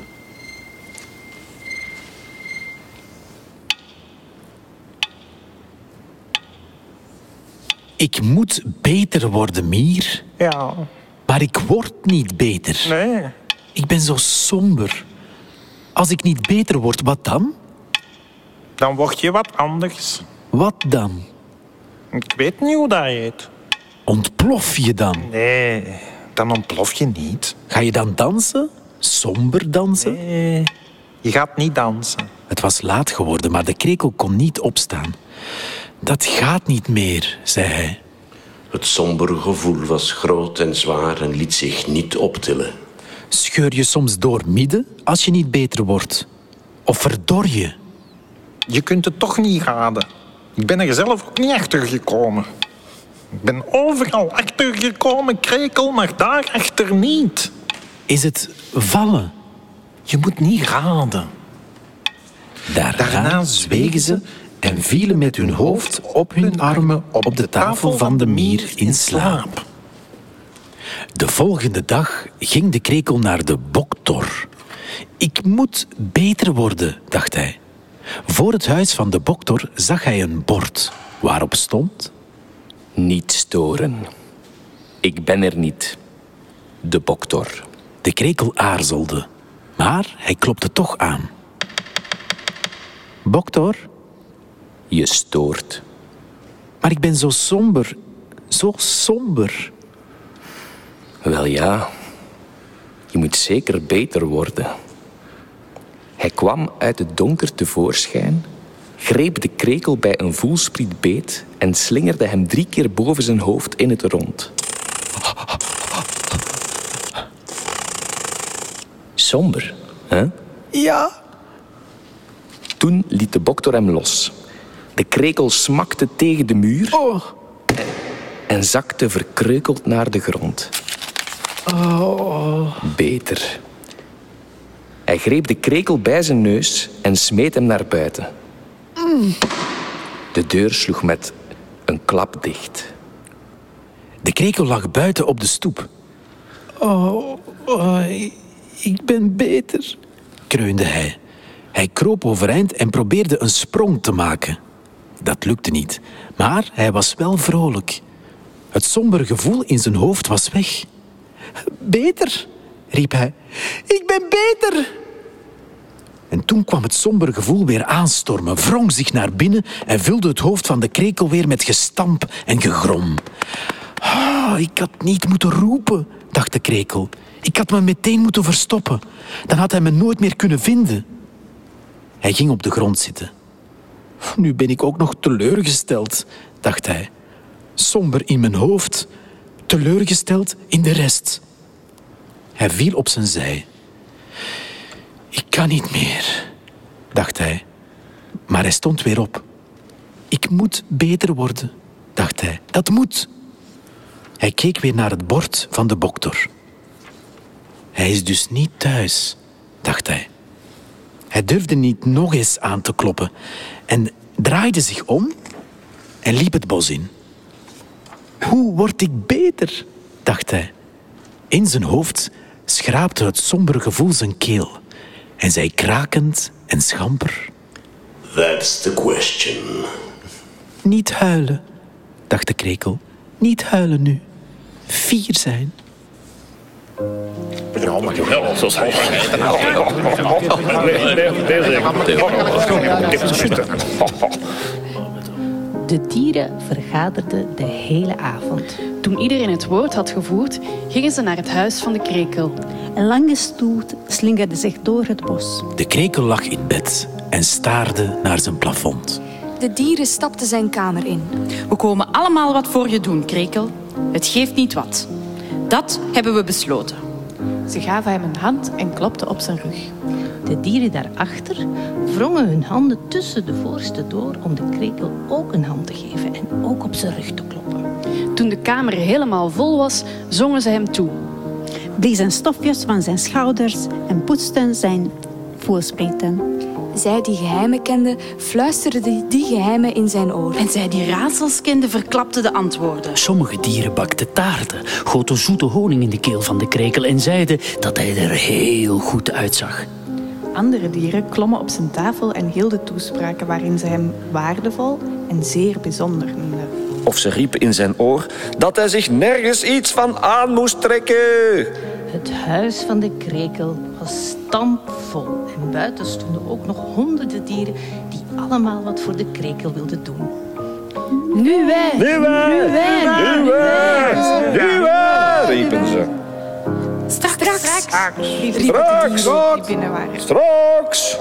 Ik moet beter worden, Mier. Ja. Maar ik word niet beter. Nee. Ik ben zo somber. Als ik niet beter word, wat dan? Dan word je wat anders. Wat dan? Ik weet niet hoe dat heet. Ontplof je dan? Nee, dan ontplof je niet. Ga je dan dansen? Somber dansen? Nee, je gaat niet dansen. Het was laat geworden, maar de krekel kon niet opstaan. Dat gaat niet meer, zei hij. Het sombere gevoel was groot en zwaar en liet zich niet optillen. Scheur je soms door midden als je niet beter wordt? Of verdor je? Je kunt het toch niet raden. Ik ben er zelf ook niet achter gekomen. Ik ben overal achter gekomen, krekel, maar daar achter niet. Is het vallen? Je moet niet raden. Daarna, Daarna zwegen ze en vielen met hun hoofd op hun armen op de tafel van de mier in slaap. De volgende dag ging de krekel naar de boktor. Ik moet beter worden, dacht hij. Voor het huis van de boktor zag hij een bord waarop stond... Niet storen. Ik ben er niet. De boktor. De krekel aarzelde, maar hij klopte toch aan. Boktor? Je stoort. Maar ik ben zo somber, zo somber. Wel ja, je moet zeker beter worden. Hij kwam uit het donker tevoorschijn, greep de krekel bij een voelspriet beet en slingerde hem drie keer boven zijn hoofd in het rond. Somber, hè? Ja. Toen liet de boktor hem los. De krekel smakte tegen de muur oh. en zakte verkreukeld naar de grond. Oh. Beter. Hij greep de krekel bij zijn neus en smeet hem naar buiten. Mm. De deur sloeg met een klap dicht. De krekel lag buiten op de stoep. Oh, oh ik ben beter, kreunde hij. Hij kroop overeind en probeerde een sprong te maken. Dat lukte niet, maar hij was wel vrolijk. Het sombere gevoel in zijn hoofd was weg. Beter, riep hij. Ik ben beter! En toen kwam het sombere gevoel weer aanstormen, wrong zich naar binnen en vulde het hoofd van de krekel weer met gestamp en gegrom. Oh, ik had niet moeten roepen, dacht de krekel. Ik had me meteen moeten verstoppen. Dan had hij me nooit meer kunnen vinden. Hij ging op de grond zitten. Nu ben ik ook nog teleurgesteld, dacht hij. Somber in mijn hoofd, teleurgesteld in de rest. Hij viel op zijn zij. Ik kan niet meer, dacht hij. Maar hij stond weer op. Ik moet beter worden, dacht hij. Dat moet. Hij keek weer naar het bord van de boktor. Hij is dus niet thuis, dacht hij. Hij durfde niet nog eens aan te kloppen en draaide zich om en liep het bos in. Hoe word ik beter, dacht hij. In zijn hoofd schraapte het sombere gevoel zijn keel en zei krakend en schamper: That's the question. Niet huilen, dacht de krekel. Niet huilen nu. Fier zijn. Ja, maar je wel zo zijn. De dieren vergaderden de hele avond. Toen iedereen het woord had gevoerd, gingen ze naar het huis van de krekel. Een lange stoet slingerde zich door het bos. De krekel lag in bed en staarde naar zijn plafond. De dieren stapten zijn kamer in. We komen allemaal wat voor je doen, krekel. Het geeft niet wat. Dat hebben we besloten. Ze gaven hem een hand en klopten op zijn rug. De dieren daarachter wrongen hun handen tussen de voorste door om de krekel ook een hand te geven en ook op zijn rug te kloppen. Toen de kamer helemaal vol was, zongen ze hem toe. Bliezen stofjes van zijn schouders en poetsten zijn voelsprieten. Zij die geheimen kenden, fluisterden die geheimen in zijn oor. En zij die raadsels kenden, verklapten de antwoorden. Sommige dieren bakten taarten, goten zoete honing in de keel van de krekel en zeiden dat hij er heel goed uitzag. Andere dieren klommen op zijn tafel en hielden toespraken waarin ze hem waardevol en zeer bijzonder noemden. Of ze riepen in zijn oor dat hij zich nergens iets van aan moest trekken. Het huis van de krekel was stampvol en buiten stonden ook nog honderden dieren die allemaal wat voor de krekel wilden doen. Nu wij! Nu wij! Nu wij! Nu wij! Nu wij! Riepen ze. Straks! Straks! Straks! Die binnen waren. Straks!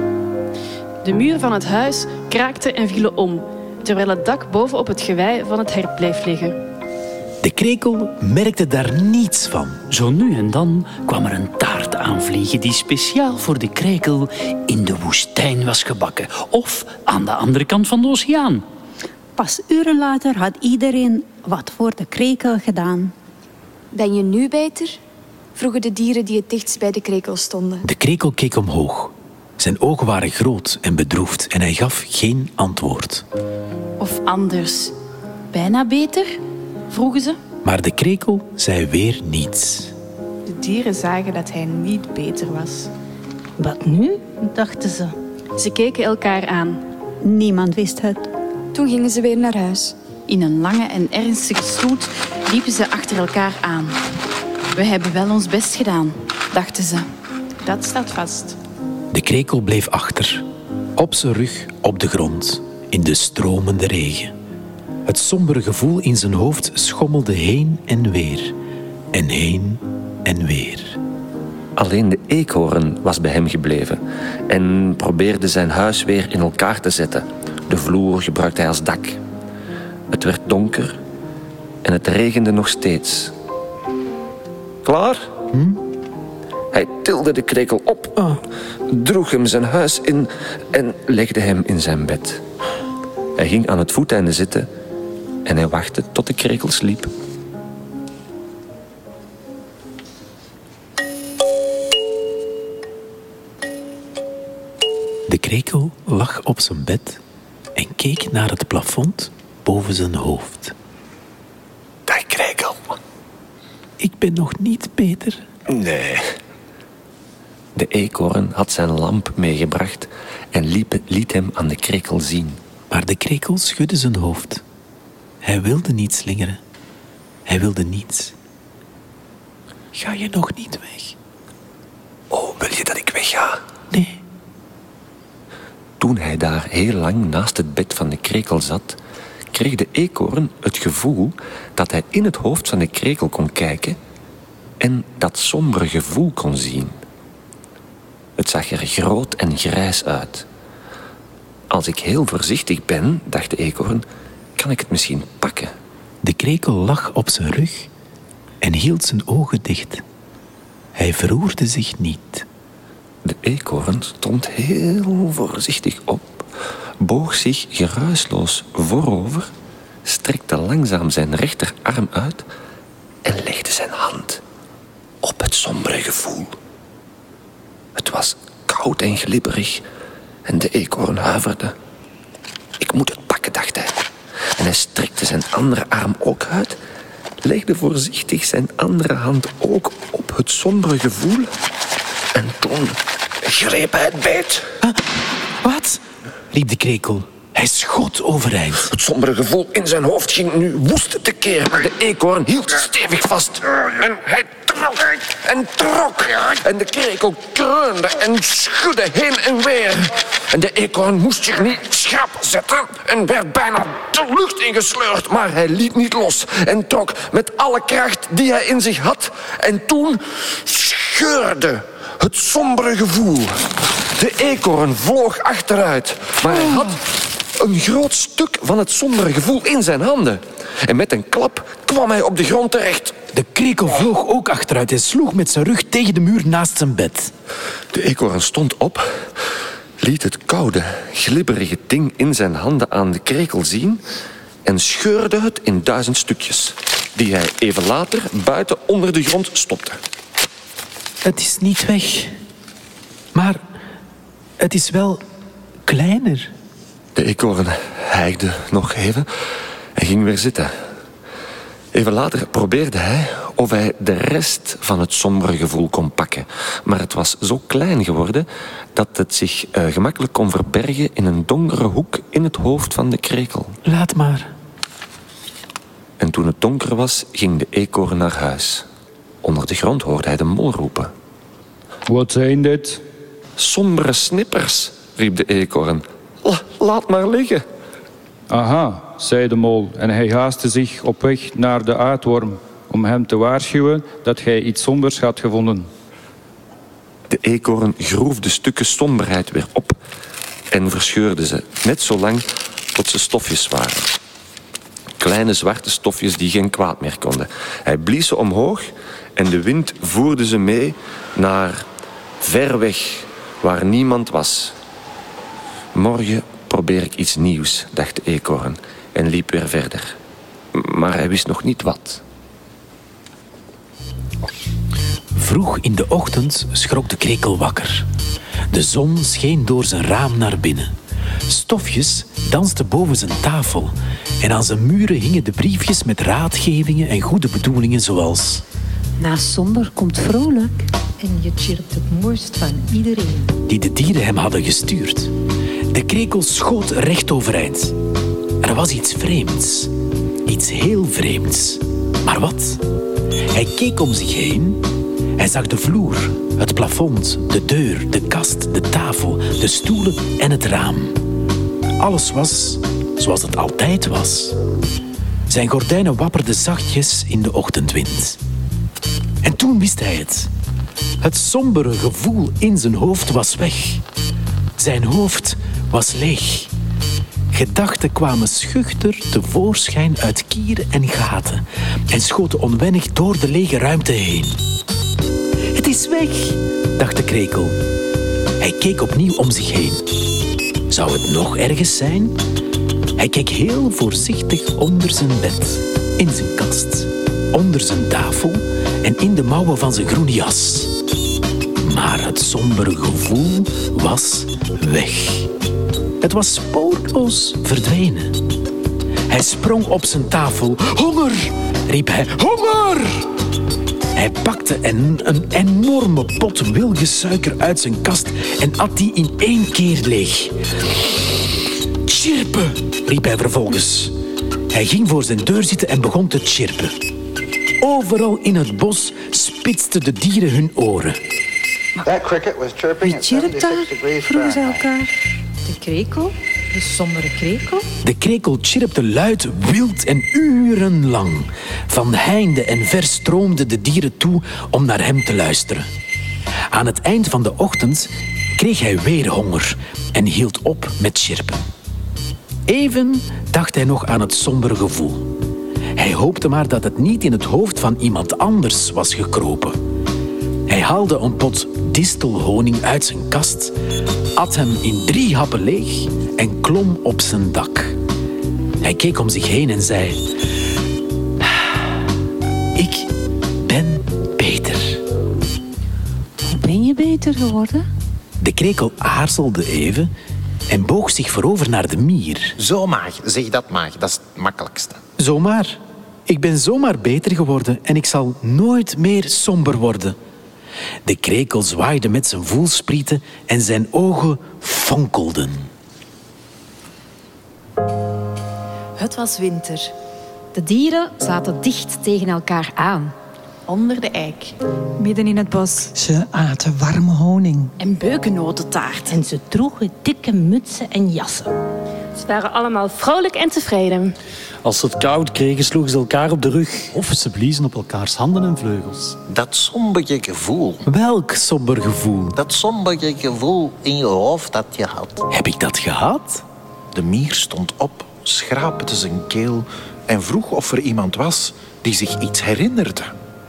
De muur van het huis kraakte en vielen om, terwijl het dak bovenop het gewei van het hert bleef liggen. De krekel merkte daar niets van. Zo nu en dan kwam er een taart aanvliegen die speciaal voor de krekel in de woestijn was gebakken. Of aan de andere kant van de oceaan. Pas uren later had iedereen wat voor de krekel gedaan. Ben je nu beter? Vroegen de dieren die het dichtst bij de krekel stonden. De krekel keek omhoog. Zijn ogen waren groot en bedroefd en hij gaf geen antwoord. Of anders, bijna beter? Vroegen ze. Maar de krekel zei weer niets. De dieren zagen dat hij niet beter was. Wat nu? Dachten ze. Ze keken elkaar aan. Niemand wist het. Toen gingen ze weer naar huis. In een lange en ernstige stoet liepen ze achter elkaar aan. We hebben wel ons best gedaan, dachten ze. Dat staat vast. De krekel bleef achter, op zijn rug op de grond, in de stromende regen. Het sombere gevoel in zijn hoofd schommelde heen en weer. en heen en weer. Alleen de eekhoorn was bij hem gebleven en probeerde zijn huis weer in elkaar te zetten. De vloer gebruikte hij als dak. Het werd donker en het regende nog steeds. Klaar? Hm? Hij tilde de krekel op, oh. droeg hem zijn huis in en legde hem in zijn bed. Hij ging aan het voeteinde zitten en hij wachtte tot de krekel sliep. De krekel lag op zijn bed en keek naar het plafond boven zijn hoofd. Dag, krekel. Ik ben nog niet beter. Nee. De eekhoorn had zijn lamp meegebracht en liep, liet hem aan de krekel zien. Maar de krekel schudde zijn hoofd. Hij wilde niet slingeren. Hij wilde niets. Ga je nog niet weg? Oh, wil je dat ik wegga? Nee. Toen hij daar heel lang naast het bed van de krekel zat, kreeg de eekhoorn het gevoel dat hij in het hoofd van de krekel kon kijken en dat sombere gevoel kon zien. Het zag er groot en grijs uit. Als ik heel voorzichtig ben, dacht de eekhoorn, kan ik het misschien pakken. De krekel lag op zijn rug en hield zijn ogen dicht. Hij verroerde zich niet. De eekhoorn stond heel voorzichtig op, boog zich geruisloos voorover, strekte langzaam zijn rechterarm uit en legde zijn hand op het sombere gevoel. Het was koud en glibberig en de eekhoorn huiverde. Ik moet het pakken, dacht hij. En hij strekte zijn andere arm ook uit, legde voorzichtig zijn andere hand ook op het sombere gevoel en toen greep hij het beet. Ah, wat? Riep de krekel. Hij schot overeind. Het sombere gevoel in zijn hoofd ging nu woest tekeer, maar de eekhoorn hield stevig vast. En hij trok en trok. En de krekel kreunde en schudde heen en weer. En de eekhoorn moest zich niet schrap zetten en werd bijna de lucht ingesleurd. Maar hij liet niet los en trok met alle kracht die hij in zich had. En toen scheurde het sombere gevoel. De eekhoorn vloog achteruit, maar hij had een groot stuk van het sombere gevoel in zijn handen. En met een klap kwam hij op de grond terecht. De krekel vloog ook achteruit en sloeg met zijn rug tegen de muur naast zijn bed. De eekhoorn stond op, liet het koude, glibberige ding in zijn handen aan de krekel zien en scheurde het in duizend stukjes, die hij even later buiten onder de grond stopte. Het is niet weg, maar het is wel kleiner. De eekhoorn hijgde nog even en ging weer zitten. Even later probeerde hij of hij de rest van het sombere gevoel kon pakken. Maar het was zo klein geworden dat het zich uh, gemakkelijk kon verbergen in een donkere hoek in het hoofd van de krekel. Laat maar. En toen het donker was, ging de eekhoorn naar huis. Onder de grond hoorde hij de mol roepen. Wat zijn dit? Sombere snippers, riep de eekhoorn. La, laat maar liggen. Aha, zei de mol en hij haastte zich op weg naar de aardworm om hem te waarschuwen dat hij iets sombers had gevonden. De eekhoorn groef de stukken somberheid weer op en verscheurde ze, net zo lang tot ze stofjes waren. Kleine zwarte stofjes die geen kwaad meer konden. Hij blies ze omhoog en de wind voerde ze mee naar ver weg, waar niemand was. Morgen probeer ik iets nieuws, dacht de eekhoorn en liep weer verder. Maar hij wist nog niet wat. Vroeg in de ochtend schrok de krekel wakker. De zon scheen door zijn raam naar binnen. Stofjes dansten boven zijn tafel en aan zijn muren hingen de briefjes met raadgevingen en goede bedoelingen zoals: na somber komt vrolijk. En je chirpt het mooist van iedereen. Die de dieren hem hadden gestuurd. De krekel schoot recht overeind. Er was iets vreemds. Iets heel vreemds. Maar wat? Hij keek om zich heen. Hij zag de vloer, het plafond, de deur, de kast, de tafel, de stoelen en het raam. Alles was zoals het altijd was. Zijn gordijnen wapperden zachtjes in de ochtendwind. En toen wist hij het. Het sombere gevoel in zijn hoofd was weg. Zijn hoofd was leeg. Gedachten kwamen schuchter tevoorschijn uit kieren en gaten en schoten onwennig door de lege ruimte heen. Het is weg, dacht de krekel. Hij keek opnieuw om zich heen. Zou het nog ergens zijn? Hij keek heel voorzichtig onder zijn bed, in zijn kast, onder zijn tafel en in de mouwen van zijn groene jas. Maar het sombere gevoel was weg. Het was spoorloos verdwenen. Hij sprong op zijn tafel. Honger, riep hij. Honger! Hij pakte een, een enorme pot wilgesuiker uit zijn kast en at die in één keer leeg. Chirpen, riep hij vervolgens. Hij ging voor zijn deur zitten en begon te chirpen. Overal in het bos spitsten de dieren hun oren. Wie chirpt daar? Vroegen ze elkaar. De krekel? De sombere krekel? De krekel chirpte luid, wild en urenlang. Van heinde en ver stroomden de dieren toe om naar hem te luisteren. Aan het eind van de ochtend kreeg hij weer honger en hield op met chirpen. Even dacht hij nog aan het sombere gevoel. Hij hoopte maar dat het niet in het hoofd van iemand anders was gekropen. Hij haalde een pot distelhoning uit zijn kast, at hem in drie happen leeg en klom op zijn dak. Hij keek om zich heen en zei: ik ben beter. Hoe ben je beter geworden? De krekel aarzelde even en boog zich voorover naar de mier. Zomaar, zeg dat maar. Dat is het makkelijkste. Zomaar. Ik ben zomaar beter geworden en ik zal nooit meer somber worden. De krekel zwaaide met zijn voelsprieten en zijn ogen fonkelden. Het was winter. De dieren zaten dicht tegen elkaar aan. Onder de eik. Midden in het bos. Ze aten warme honing. En beukenotentaart. En ze droegen dikke mutsen en jassen. Ze waren allemaal vrolijk en tevreden. Als ze het koud kregen, sloegen ze elkaar op de rug. Of ze bliezen op elkaars handen en vleugels. Dat sombere gevoel. Welk somber gevoel? Dat sombere gevoel in je hoofd dat je had. Heb ik dat gehad? De mier stond op, schraapte zijn keel en vroeg of er iemand was die zich iets herinnerde.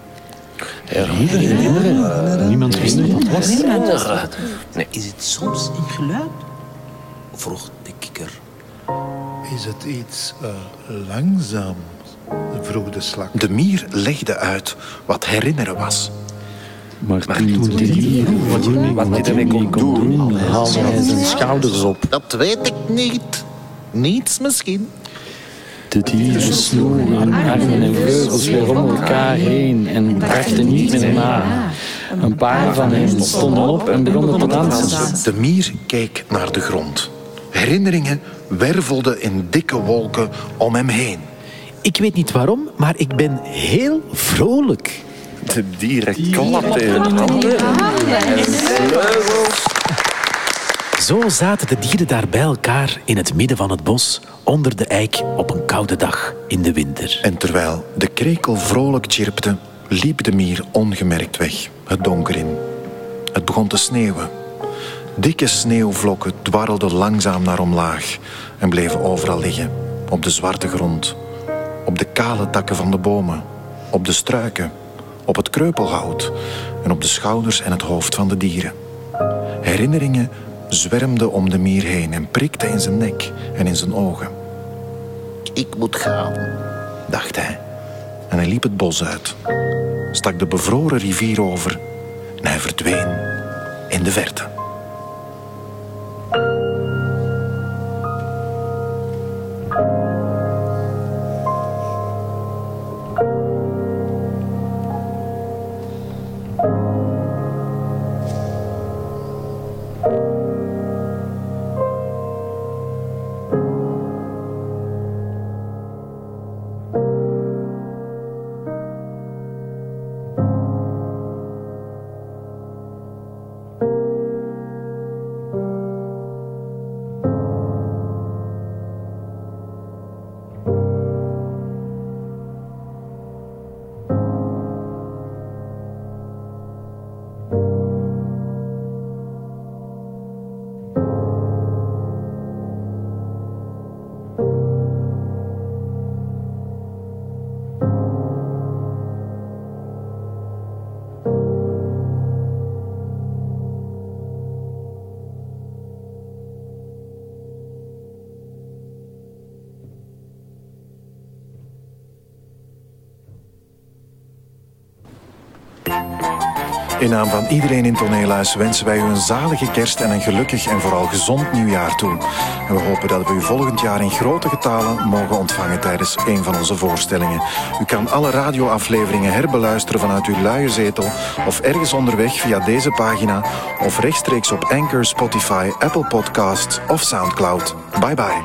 Herinneren? Niemand wist wat was. Herinneren? Nee. Is het soms een geluid? Vroeg de kikker. Is het iets uh, langzaam? Vroeg de slak. De mier legde uit wat herinneren was. Maar, maar toen de dier wat hij ermee kon doen, haalde hij zijn schouders op. Dat weet ik niet. Niets misschien. De dieren sloegen hun armen en vleugels weer om elkaar heen en brachten niet meer na. Een paar van hen stonden op en begonnen te dansen. De mier keek naar de grond. Herinneringen wervelden in dikke wolken om hem heen. Ik weet niet waarom, maar ik ben heel vrolijk. De dieren klapten in hun handen en vleugels. Zo zaten de dieren daar bij elkaar in het midden van het bos, onder de eik op een koude dag in de winter. En terwijl de krekel vrolijk chirpte, liep de mier ongemerkt weg, het donker in. Het begon te sneeuwen. Dikke sneeuwvlokken dwarrelden langzaam naar omlaag en bleven overal liggen, op de zwarte grond, op de kale takken van de bomen, op de struiken, op het kreupelhout en op de schouders en het hoofd van de dieren. Herinneringen zwermden om de mier heen en prikten in zijn nek en in zijn ogen. Ik moet gaan, dacht hij. En hij liep het bos uit, stak de bevroren rivier over en hij verdween in de verte. In naam van iedereen in Toneelhuis wensen wij u een zalige kerst en een gelukkig en vooral gezond nieuwjaar toe. En we hopen dat we u volgend jaar in grote getalen mogen ontvangen tijdens een van onze voorstellingen. U kan alle radioafleveringen herbeluisteren vanuit uw luie zetel of ergens onderweg via deze pagina of rechtstreeks op Anchor, Spotify, Apple Podcasts of Soundcloud. Bye bye.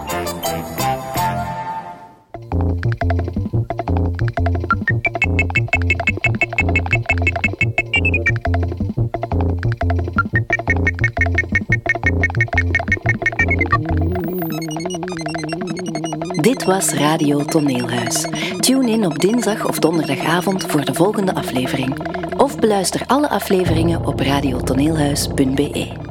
Dit was Radio Toneelhuis. Tune in op dinsdag of donderdagavond voor de volgende aflevering. Of beluister alle afleveringen op radiotoneelhuis punt be.